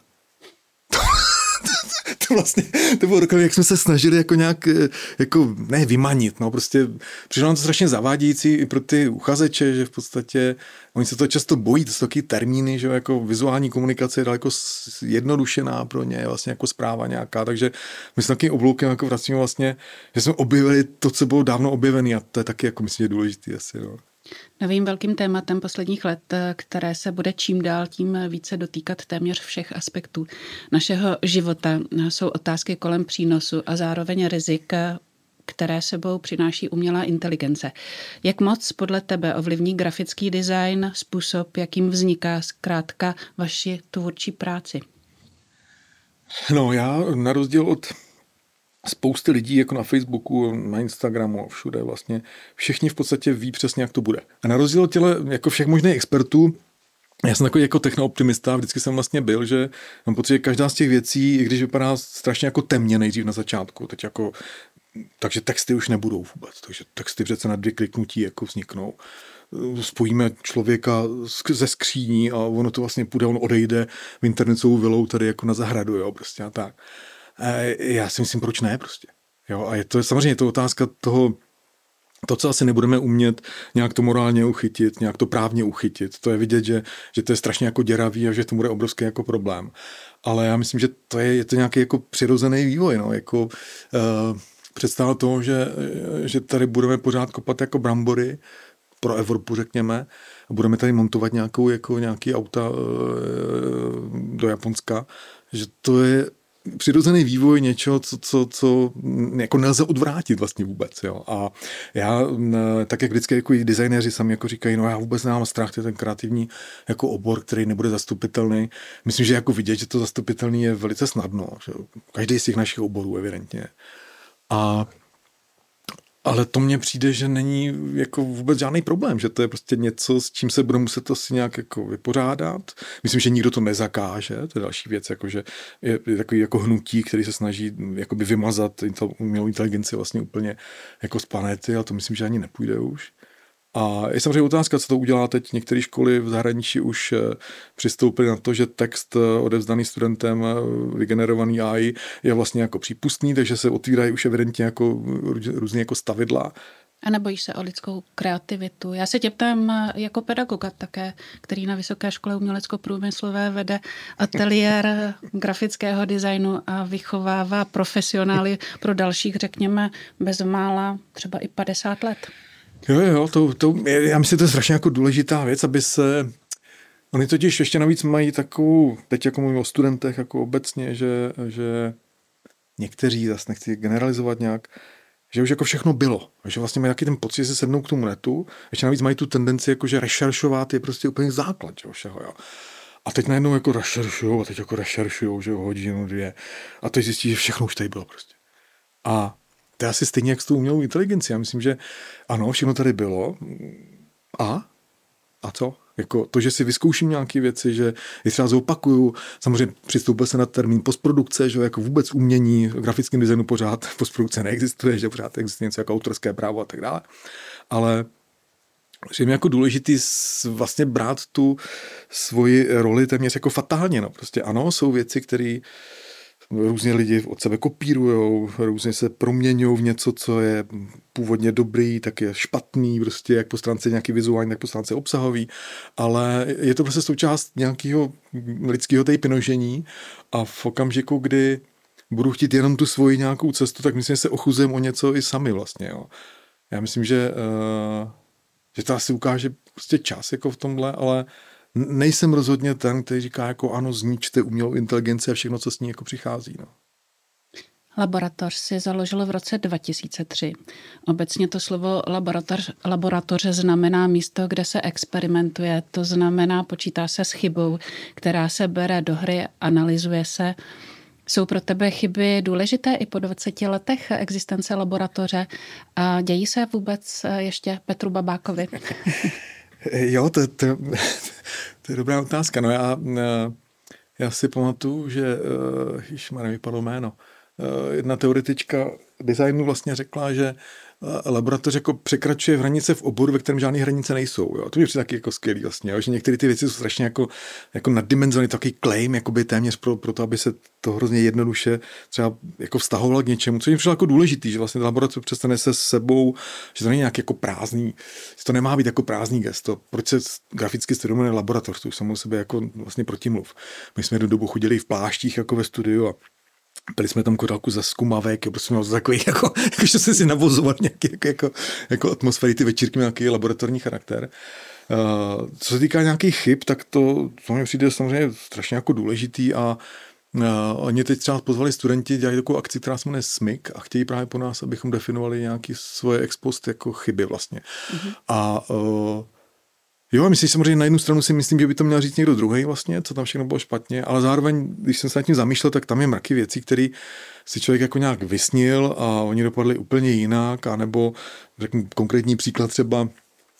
To vlastně, to bylo rokově, jak jsme se snažili jako nějak, jako ne vymanit, no prostě přišlo nám to strašně zavádějící i pro ty uchazeče, že v podstatě oni se to často bojí, to jsou taky termíny, že jako vizuální komunikace je daleko jednodušená pro ně, vlastně jako zpráva nějaká, takže my jsme takým obloukem jako vracíme vlastně, že jsme objevili to, co bylo dávno objevené a to je taky jako myslím, že důležitý asi, no. Novým velkým tématem posledních let, které se bude čím dál tím více dotýkat téměř všech aspektů našeho života, jsou otázky kolem přínosu a zároveň rizik které sebou přináší umělá inteligence. Jak moc podle tebe ovlivní grafický design způsob, jakým vzniká zkrátka vaši tvůrčí práci? No já na rozdíl od spousty lidí jako na Facebooku, na Instagramu, všude vlastně, všichni v podstatě ví přesně, jak to bude. A na rozdíl od těle jako všech možných expertů, já jsem takový jako technooptimista, vždycky jsem vlastně byl, že mám pocit, že každá z těch věcí, i když vypadá strašně jako temně nejdřív na začátku, teď jako, takže texty už nebudou vůbec, takže texty přece na dvě kliknutí jako vzniknou. Spojíme člověka ze skříní a ono to vlastně půjde, on odejde v internetovou vilou tady jako na zahradu, jo, prostě a tak. A já si myslím, proč ne prostě. Jo, a je to samozřejmě je to otázka toho, to, co asi nebudeme umět nějak to morálně uchytit, nějak to právně uchytit. To je vidět, že, že to je strašně jako děravý a že to bude obrovský jako problém. Ale já myslím, že to je, je to nějaký jako přirozený vývoj. No, jako, uh, představa toho, že, že tady budeme pořád kopat jako brambory pro Evropu, řekněme, a budeme tady montovat nějakou, jako nějaký auta uh, do Japonska, že to je přirozený vývoj něčeho, co, co, co jako nelze odvrátit vlastně vůbec. Jo. A já, tak jak vždycky jako i designéři sami jako říkají, no já vůbec nemám strach, to je ten kreativní jako obor, který nebude zastupitelný. Myslím, že jako vidět, že to zastupitelný je velice snadno. Že každý z těch našich oborů evidentně. A ale to mně přijde, že není jako vůbec žádný problém, že to je prostě něco, s čím se bude muset asi nějak jako vypořádat. Myslím, že nikdo to nezakáže, to je další věc, jako že je, je takový jako hnutí, který se snaží jakoby vymazat umělou inteligenci vlastně úplně jako z planety, ale to myslím, že ani nepůjde už. A je samozřejmě otázka, co to udělá teď. Některé školy v zahraničí už přistoupily na to, že text odevzdaný studentem, vygenerovaný á í, je vlastně jako přípustný, takže se otvírají už evidentně jako různě jako stavidla. A nebojíš se o lidskou kreativitu? Já se tě ptám jako pedagoga také, který na Vysoké škole umělecko-průmyslové vede ateliér grafického designu a vychovává profesionály pro dalších, řekněme, bezmála třeba i padesát let. Jo, jo, to, to, já myslím, že to je strašně jako důležitá věc, aby se, oni totiž ještě navíc mají takovou, teď jako mluvím o studentech jako obecně, že, že někteří, zase nechci generalizovat nějak, že už jako všechno bylo, že vlastně mají taky ten pocit, že se sednou k tomu netu, ještě navíc mají tu tendenci, jako že rešeršovat je prostě úplně základ, že všeho, jo. A teď najednou jako rešeršujou a teď jako rešeršujou, že hodinu, dvě a teď zjistí, že všechno už tady bylo prostě. A to je asi stejně jak s tou umělou inteligencí. Já myslím, že ano, všechno tady bylo. A? A co? Jako to, že si vyzkouším nějaké věci, že je třeba zopakuju. Samozřejmě přistoupil se na termín postprodukce, že jako vůbec umění v grafickém designu pořád postprodukce neexistuje, že pořád existuje něco jako autorské právo a tak dále. Ale je mi jako důležitý vlastně brát tu svoji roli téměř jako fatálně. No. Prostě ano, jsou věci, které různě lidi od sebe kopírujou, různě se proměňují v něco, co je původně dobrý, tak je špatný, prostě jak po stránce nějaký vizuální, tak po stránce obsahový, ale je to prostě součást nějakého lidského tejpinožení a v okamžiku, kdy budu chtít jenom tu svoji nějakou cestu, tak myslím, že se ochuzujeme o něco i sami vlastně. Jo. Já myslím, že, uh, že to asi ukáže prostě čas jako v tomhle, ale nejsem rozhodně ten, který říká jako ano, zničte umělou inteligenci a všechno, co s ní jako přichází. No. Laboratoř si založil v roce dva tisíce tři. Obecně to slovo laboratoř, laboratoře znamená místo, kde se experimentuje. To znamená, počítá se s chybou, která se bere do hry, analyzuje se. Jsou pro tebe chyby důležité i po dvaceti letech existence laboratoře? A dějí se vůbec ještě Petru Babákovi? Jo, to, to, to je dobrá otázka. No já, já si pamatuju, že, již má nevypadlo jméno, jedna teoretička designu vlastně řekla, že laboratoř jako překračuje hranice v oboru, ve kterém žádné hranice nejsou. Jo. To mě přijde taky jako skvělý vlastně, jo. Že některé ty věci jsou strašně jako, jako naddimenzovaný, takový claim, jakoby téměř pro, pro to, aby se to hrozně jednoduše třeba jako vztahovalo k něčemu, což je přišlo jako důležitý, že vlastně laboratoř přestane se s sebou, že to není nějak jako prázdný, že to nemá být jako prázdný gesto. Proč se graficky studujeme laboratoř, to už samo sebe jako vlastně protimluv. My jsme do dobu chodili v pláštích jako ve studiu a byli jsme tam kořálku za zkumavek, prostě měl to takový, jako, jako že se si navozovat nějaký jako, jako, jako atmosféry, ty večírky, nějaký laboratorní charakter. Uh, co se týká nějakých chyb, tak to, to mě přijde samozřejmě strašně jako důležitý a Uh, oni teď třeba pozvali studenti, dělají takovou akci, která se jmenuje S M I K a chtějí právě po nás, abychom definovali nějaké svoje ex post jako chyby vlastně. Mm-hmm. A uh, jo, a myslím, samozřejmě na jednu stranu si myslím, že by to měl říct někdo druhý vlastně, co tam všechno bylo špatně, ale zároveň, když jsem se nad tím zamýšlel, tak tam je mraky věcí, které si člověk jako nějak vysnil a oni dopadli úplně jinak, anebo řeknu konkrétní příklad třeba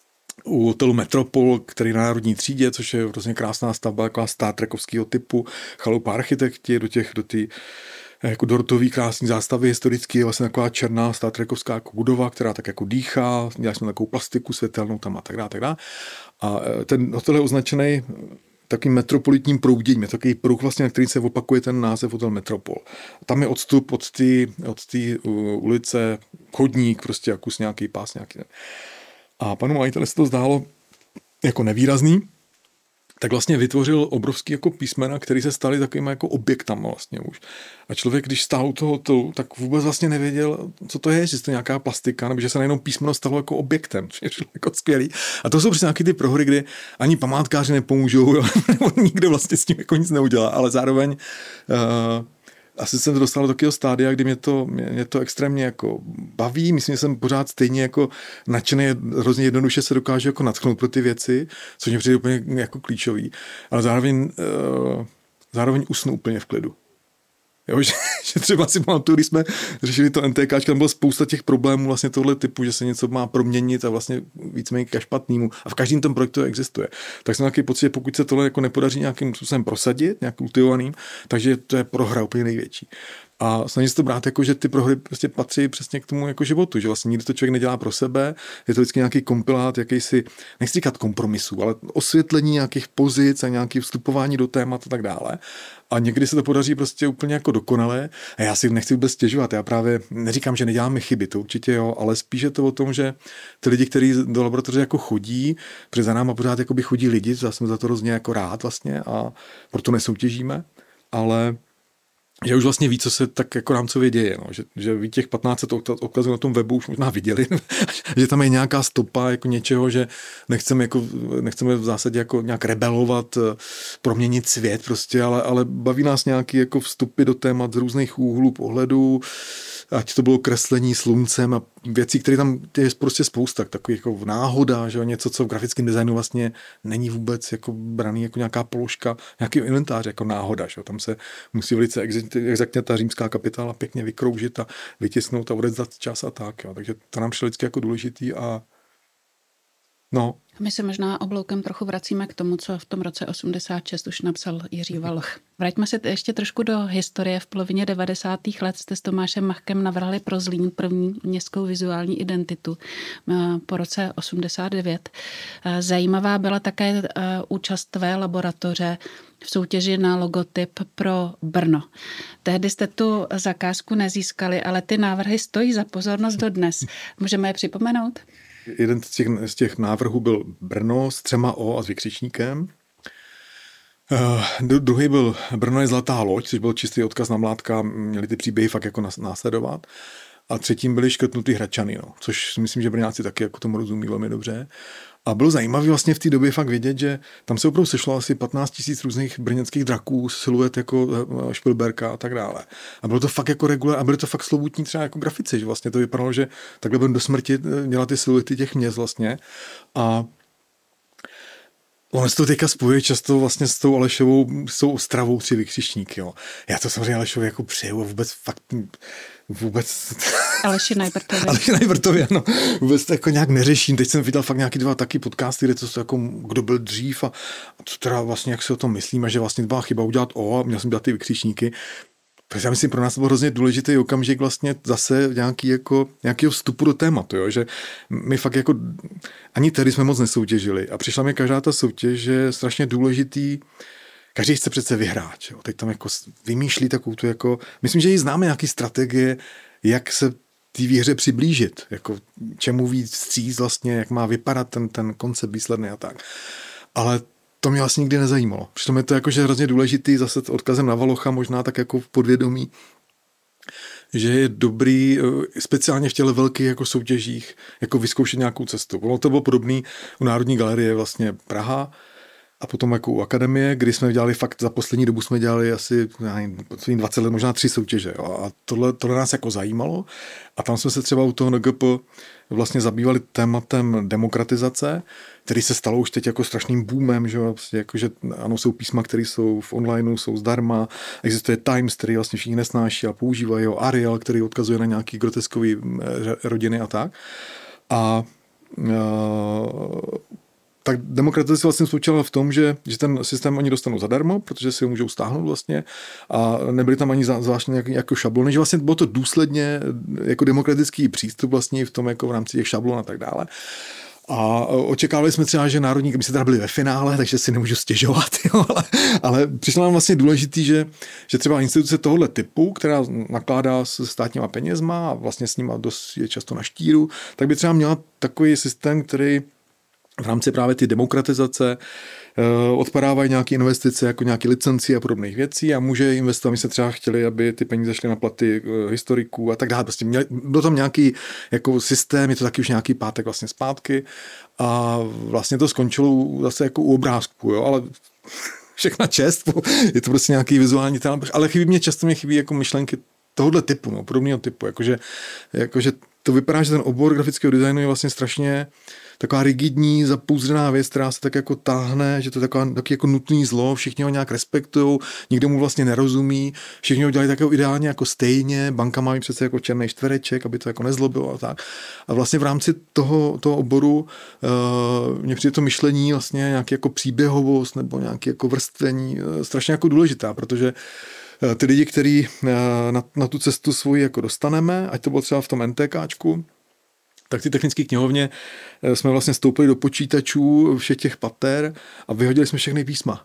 u hotelu Metropol, který na Národní třídě, což je hrozně krásná stavba, taková Star Trekovského typu, chalupa architekti, do těch, do ty jako dortový krásný zástavy historický, je vlastně taková černá Star Trekovská jako budova, která tak jako dýchá, dělali jsme takovou plastiku světelnou tam a tak dále, tak dále. A ten hotel je označený takým metropolitním prouděním, je takový pruh vlastně, na který se opakuje ten název hotel Metropol. Tam je odstup od té od ty ulice, chodník, prostě jako s nějaký pás, nějaký. A panu majiteli se to zdálo jako nevýrazný, tak vlastně vytvořil obrovský jako písmena, který se staly takovými jako objektama vlastně už. A člověk, když stál u toho hotelu, tak vůbec vlastně nevěděl, co to je, že to je nějaká plastika, nebo že se najednou písmeno stalo jako objektem, což je jako skvělý. A to jsou přesně nějaké ty prohry, kdy ani památkáři nepomůžou, jo, nebo nikdo vlastně s tím jako nic neudělá, ale zároveň uh, asi jsem to dostal do takového stádia, kdy mě to, mě, mě to extrémně jako baví. Myslím, že jsem pořád stejně jako nadšený, hrozně jednoduše se dokážu jako nadchnout pro ty věci, což mě přijde úplně jako klíčový. Ale zároveň, uh, zároveň usnu úplně v klidu. Jo, že, že třeba si pamatuju, když jsme řešili to NTK, tam bylo spousta těch problémů vlastně tohle typu, že se něco má proměnit a vlastně víceméně ke špatnému. A v každém tom projektu existuje. Tak jsem takový pocit, že pokud se tohle jako nepodaří nějakým způsobem prosadit, nějak kultivovaným, takže to je prohra úplně největší. A snažím se to brát jako, že ty prohry prostě patří přesně k tomu jako životu, že vlastně nikdy to člověk nedělá pro sebe, je to vždycky nějaký kompilát, jakýsi, nechci říkat kompromisů, ale osvětlení nějakých pozic a nějaký vstupování do témat a tak dále. A někdy se to podaří prostě úplně jako dokonale a já si nechci vůbec stěžovat, já právě neříkám, že neděláme chyby, to určitě jo, ale spíš je to o tom, že ty lidi, kteří do laboratoře jako chodí, protože za náma pořád jako by chodí lidi, já jsem za to hrozně jako rád vlastně a proto nesoutěžíme, ale že už vlastně ví, co se tak jako rámcově děje, no. že, že ví těch patnáct set odkazů na tom webu už možná viděli, že tam je nějaká stopa jako něčeho, že nechceme, jako, nechceme v zásadě jako nějak rebelovat, proměnit svět prostě, ale, ale baví nás nějaký jako vstupy do témat z různých úhlů pohledu, ať to bylo kreslení sluncem a věcí, které tam je prostě spousta, takový jako náhoda, že něco, co v grafickém designu vlastně není vůbec jako braný jako nějaká položka, nějaký inventář jako náhoda, že tam se musí velice exaktně ta římská kapitála pěkně vykroužit a vytisnout a odevzdat čas a tak, jo. Takže to nám šlo vždycky jako důležitý a no. My se možná obloukem trochu vracíme k tomu, co v tom roce osmdesát šest už napsal Jiří Valoch. Vraťme se ještě trošku do historie. V polovině devadesátých let jste s Tomášem Machkem navrhli pro Zlín první městskou vizuální identitu po roce osmdesát devět. Zajímavá byla také účast tvé laboratoře v soutěži na logotyp pro Brno. Tehdy jste tu zakázku nezískali, ale ty návrhy stojí za pozornost dodnes. Můžeme je připomenout? Jeden z těch, z těch návrhů byl Brno s třema O a s vykřičníkem. Uh, druhý byl Brno je zlatá loď, což byl čistý odkaz na Mládka, měli ty příběhy fakt jako následovat. A třetím byly škrtnutý Hradčany, no, což myslím, že Brňáci taky jako tomu rozumí velmi dobře. A bylo zajímavé vlastně v té době fakt vědět, že tam se opravdu sešlo asi patnáct tisíc různých brněnských draků, siluet jako Špilberka a tak dále. A bylo to fakt jako regulár, a byly to fakt slovutní třeba jako grafici, že vlastně to vypadalo, že takhle budeme do smrti dělat ty siluety těch měst vlastně. A ono se to teďka spojuje často vlastně s tou Alešovou, s tou Ostravou tři vykřičníky, jo. Já to samozřejmě Alešovi jako přeju a vůbec fakt vůbec... Aleši Najbrtově. Aleši Najbrtově, no. Vůbec to jako nějak neřeším. Teď jsem viděl fakt nějaký dva taky podcasty, kde to jako, kdo byl dřív a, a co teda vlastně, jak si o tom myslím, a že vlastně byla chyba udělat O a měl jsem dělat ty vykřičníky. Takže já myslím, pro nás to byl hrozně důležitý okamžik vlastně zase nějaký jako, nějakého vstupu do tématu, jo? Že my fakt jako ani tehdy jsme moc nesoutěžili a přišla mi každá ta soutěž, že je strašně důležitý. Každý chce přece vyhrát, jo? Teď tam jako vymýšlí takovou tu jako, myslím, že i známe nějaký strategie, jak se té výhře přiblížit, jako čemu víc vstříc vlastně, jak má vypadat ten, ten koncept výsledný a tak. Ale to mě vlastně nikdy nezajímalo. Přitom je to jakože hrozně důležitý, zase odkazem na Valocha, možná tak jako v podvědomí, že je dobrý, speciálně v těchto velkých jako soutěžích, jako vyzkoušet nějakou cestu. Ono to bylo podobný u Národní galerie vlastně Praha, a potom jako u akademie, kdy jsme dělali fakt, za poslední dobu jsme dělali asi nevím, dvacet let, možná tři soutěže. Jo. A tohle, tohle nás jako zajímalo. A tam jsme se třeba u toho N G P vlastně zabývali tématem demokratizace, který se stalo už teď jako strašným boomem, že, vlastně jako, že ano, jsou písma, které jsou v onlineu, jsou zdarma, existuje Times, který vlastně všichni nesnáší a používají, jo, Arial, který odkazuje na nějaký groteskový rodiny a tak. A tak demokratizace vlastně spočívala v tom, že, že ten systém oni dostanou zadarmo, protože si ho můžou stáhnout vlastně a nebyly tam ani zvláštně nějaký, jako šablony, že vlastně bylo to důsledně jako demokratický přístup vlastně v tom jako v rámci těch šablon a tak dále. A očekávali jsme třeba, že národní, my se teda byli ve finále, takže si nemůžu stěžovat, jo, ale, ale přišlo nám vlastně důležitý, že, že třeba instituce tohohle typu, která nakládá s státníma penězma a vlastně s nima dost je často na štíru, tak by třeba měla takový systém, který v rámci právě ty demokratizace uh, odpadávají nějaké investice jako nějaké licenci a podobných věcí a může investovat. My se třeba chtěli, aby ty peníze šly na platy uh, historiků a tak dále. Prostě měli, byl tam nějaký jako systém, je to taky už nějaký pátek vlastně zpátky a vlastně to skončilo zase jako u obrázku, jo, ale všechna čest, je to prostě nějaký vizuální talent, ale chybí mě, často mě chybí jako myšlenky tohohle typu, no, podobného typu, jakože, jakože to vypadá, že ten obor grafického designu je vlastně strašně taková rigidní, zapouzřená věc, která se tak jako táhne, že to je taková, taky jako nutný zlo, všichni ho nějak respektují, nikdo mu vlastně nerozumí, všichni ho dělají takovou ideálně jako stejně, banka má přece jako černý čtvereček, aby to jako nezlobilo a tak. A vlastně v rámci toho, toho oboru uh, mě přijde to myšlení vlastně nějaký jako příběhovost nebo nějaký jako vrstvení uh, strašně jako důležitá, protože uh, ty lidi, který uh, na, na tu cestu svoji jako dostaneme, ať to bylo třeba v tom NTKčku, tak ty technické knihovně jsme vlastně stoupili do počítačů všech těch pater a vyhodili jsme všechny písma.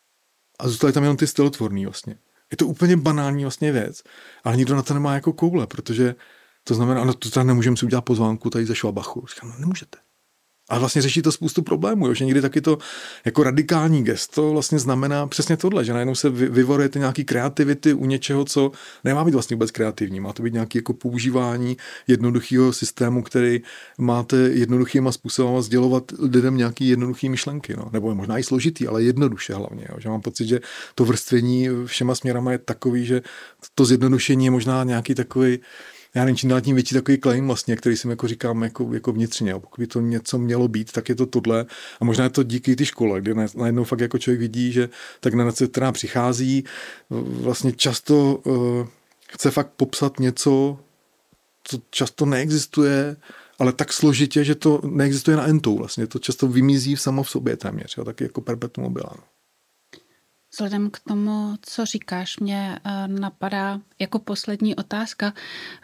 A zůstaly tam jenom ty stylotvorný vlastně. Je to úplně banální vlastně věc, ale nikdo na to nemá jako koule, protože to znamená, ano, to teda nemůžeme si udělat pozvánku tady ze Švabachu. Říkám, no nemůžete. A vlastně řeší to spoustu problémů, jo? Že někdy taky to jako radikální gesto vlastně znamená přesně tohle, že najednou se vyvorujete nějaký kreativity u něčeho, co nemá být vlastně vůbec kreativní. Má to být nějaké jako používání jednoduchého systému, který máte jednoduchýma způsobama sdělovat lidem nějaký jednoduchý myšlenky. No? Nebo možná i složitý, ale jednoduše hlavně. Jo? Že mám pocit, že to vrstvení všema směrama je takový, že to zjednodušení je možná nějaký takový, já nevím, čím dál tím větší takový claim vlastně, který si jako říkám jako, jako vnitřně. Pokud by to něco mělo být, tak je to tohle. A možná je to díky ty škole, kde najednou fakt jako člověk vidí, že ta generace, která přichází, vlastně často uh, chce fakt popsat něco, co často neexistuje, ale tak složitě, že to neexistuje na entou vlastně. To často vymizí samo v sobě téměř. Jo? Taky jako perpetuum mobile. No. Vzhledem k tomu, co říkáš, mě napadá jako poslední otázka.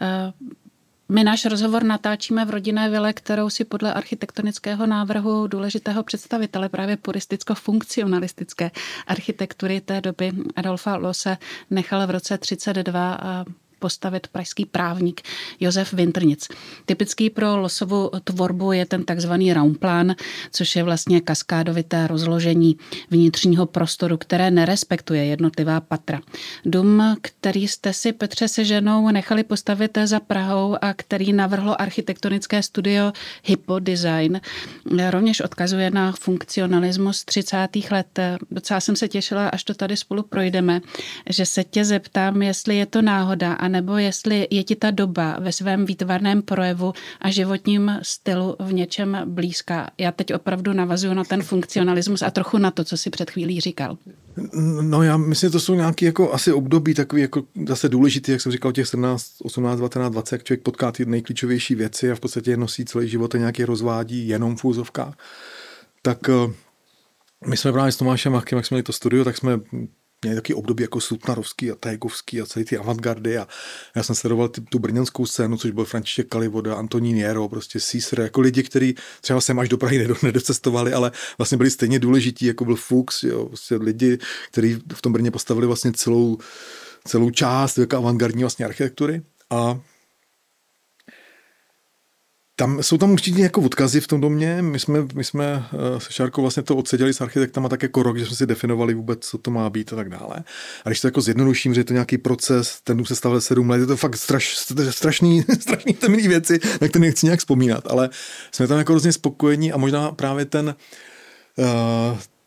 My náš rozhovor natáčíme v rodinné vile, kterou si podle architektonického návrhu důležitého představitele právě puristicko-funkcionalistické architektury té doby Adolfa Loose nechal v roce třicet dva postavit pražský právník Josef Winternic. Typický pro Looseovu tvorbu je ten takzvaný Raumplan, což je vlastně kaskádovité rozložení vnitřního prostoru, které nerespektuje jednotlivá patra. Dům, který jste si, Petře, se ženou nechali postavit za Prahou a který navrhlo architektonické studio Hypo Design, rovněž odkazuje na funkcionalismus třicátých let. Docela jsem se těšila, až to tady spolu projdeme, že se tě zeptám, jestli je to náhoda, nebo jestli je ti ta doba ve svém výtvarném projevu a životním stylu v něčem blízká. Já teď opravdu navazuju na ten funkcionalismus a trochu na to, co si před chvílí říkal. No já myslím, že to jsou nějaké jako asi období takový jako zase důležitý, jak jsem říkal, těch sedmnáct, osmnáct, dvanáct, dvacet, jak člověk potká ty nejklíčovější věci a v podstatě nosí celý život a nějaký rozvádí jenom v úzovkách. Tak my jsme právě s Tomášem Machkem, jak jsme měli to studio, tak jsme měli taky období jako Sutnarovský a Tajkovský a celý ty avantgardy a já jsem sledoval ty, tu brněnskou scénu, což byl František Kalivoda, Antonín Jero, prostě Císr, jako lidi, kteří třeba sem až do Prahy nedocestovali, ale vlastně byli stejně důležití, jako byl Fuchs, jo, prostě lidi, kteří v tom Brně postavili vlastně celou, celou část jako avantgardní vlastně architektury a Tam, jsou tam určitě jako odkazy v tom domě. My jsme, my jsme se Šárkou vlastně to odseděli s architektama tak jako rok, že jsme si definovali vůbec, co to má být a tak dále. A když to jako zjednoduším, že je to nějaký proces, ten dům se stavil sedm let, je to fakt straš, strašný, strašný temný věci, na které nechci nějak vzpomínat, ale jsme tam jako hrozně spokojení a možná právě ten uh,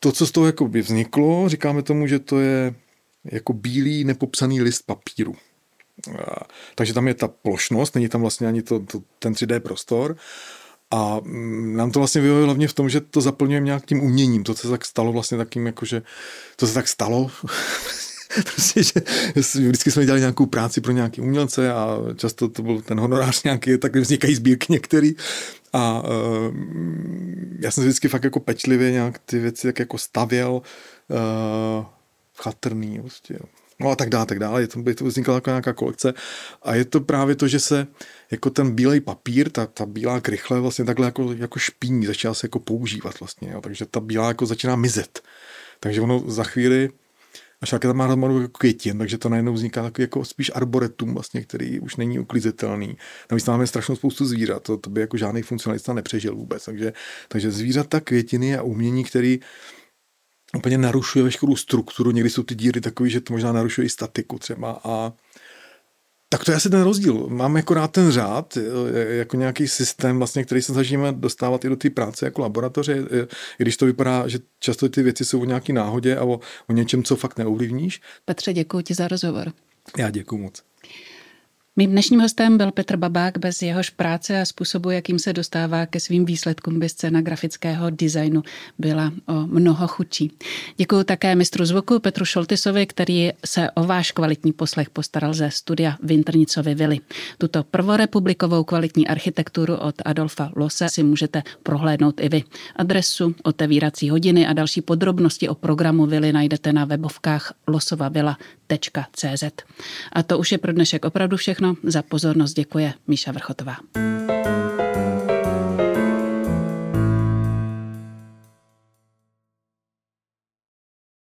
to, co z toho jako by vzniklo, říkáme tomu, že to je jako bílý nepopsaný list papíru. A, takže tam je ta plošnost, není tam vlastně ani to, to, ten tři dé prostor. A nám to vlastně vyhovuje hlavně v tom, že to zaplňujeme nějakým uměním. To, co se tak stalo vlastně takým, jakože to se tak stalo, prostě, že vždycky jsme dělali nějakou práci pro nějaký umělce a často to byl ten honorář nějaký, tak vznikají sbírky některý. A uh, já jsem vždycky fakt jako pečlivě nějak ty věci tak jako stavěl, uh, chatrný, prostě, no a tak dále, tak dále. Je to, by to vznikla jako nějaká kolekce a je to právě to, že se jako ten bílej papír, ta, ta bílá krychle vlastně takhle jako, jako špíní, začíná se jako používat vlastně, jo. Takže ta bílá jako začíná mizet. Takže ono za chvíli, až tam má hromadu jako květin, takže to najednou vzniká takový jako spíš arboretum vlastně, který už není uklizitelný. Navíc máme strašnou spoustu zvířat, to, to by jako žádný funkcionalista nepřežil vůbec. Takže, takže zvířata, květiny a umění, který úplně narušuje veškerou strukturu, někdy jsou ty díry takový, že to možná narušuje i statiku třeba a tak to je asi ten rozdíl. Máme jako rád ten řád, jako nějaký systém, vlastně, který se snažíme dostávat i do té práce jako laboratoře, i když to vypadá, že často ty věci jsou o nějaký náhodě a o, o něčem, co fakt neovlivníš. Petře, děkuji ti za rozhovor. Já děkuji moc. Mým dnešním hostem byl Petr Babák, bez jehož práce a způsobu, jakým se dostává ke svým výsledkům, by scéna grafického designu byla o mnoho chudší. Děkuji také mistru zvuku Petru Šoltysovi, který se o váš kvalitní poslech postaral ze studia Vintrnicovy vily. Tuto prvorepublikovou kvalitní architekturu od Adolfa Losse si můžete prohlédnout i vy. Adresu, otevírací hodiny a další podrobnosti o programu vily najdete na webovkách losovavilla tečka cé zet. A to už je pro dnešek opravdu všechno. Za pozornost děkuje Míša Vrchotová.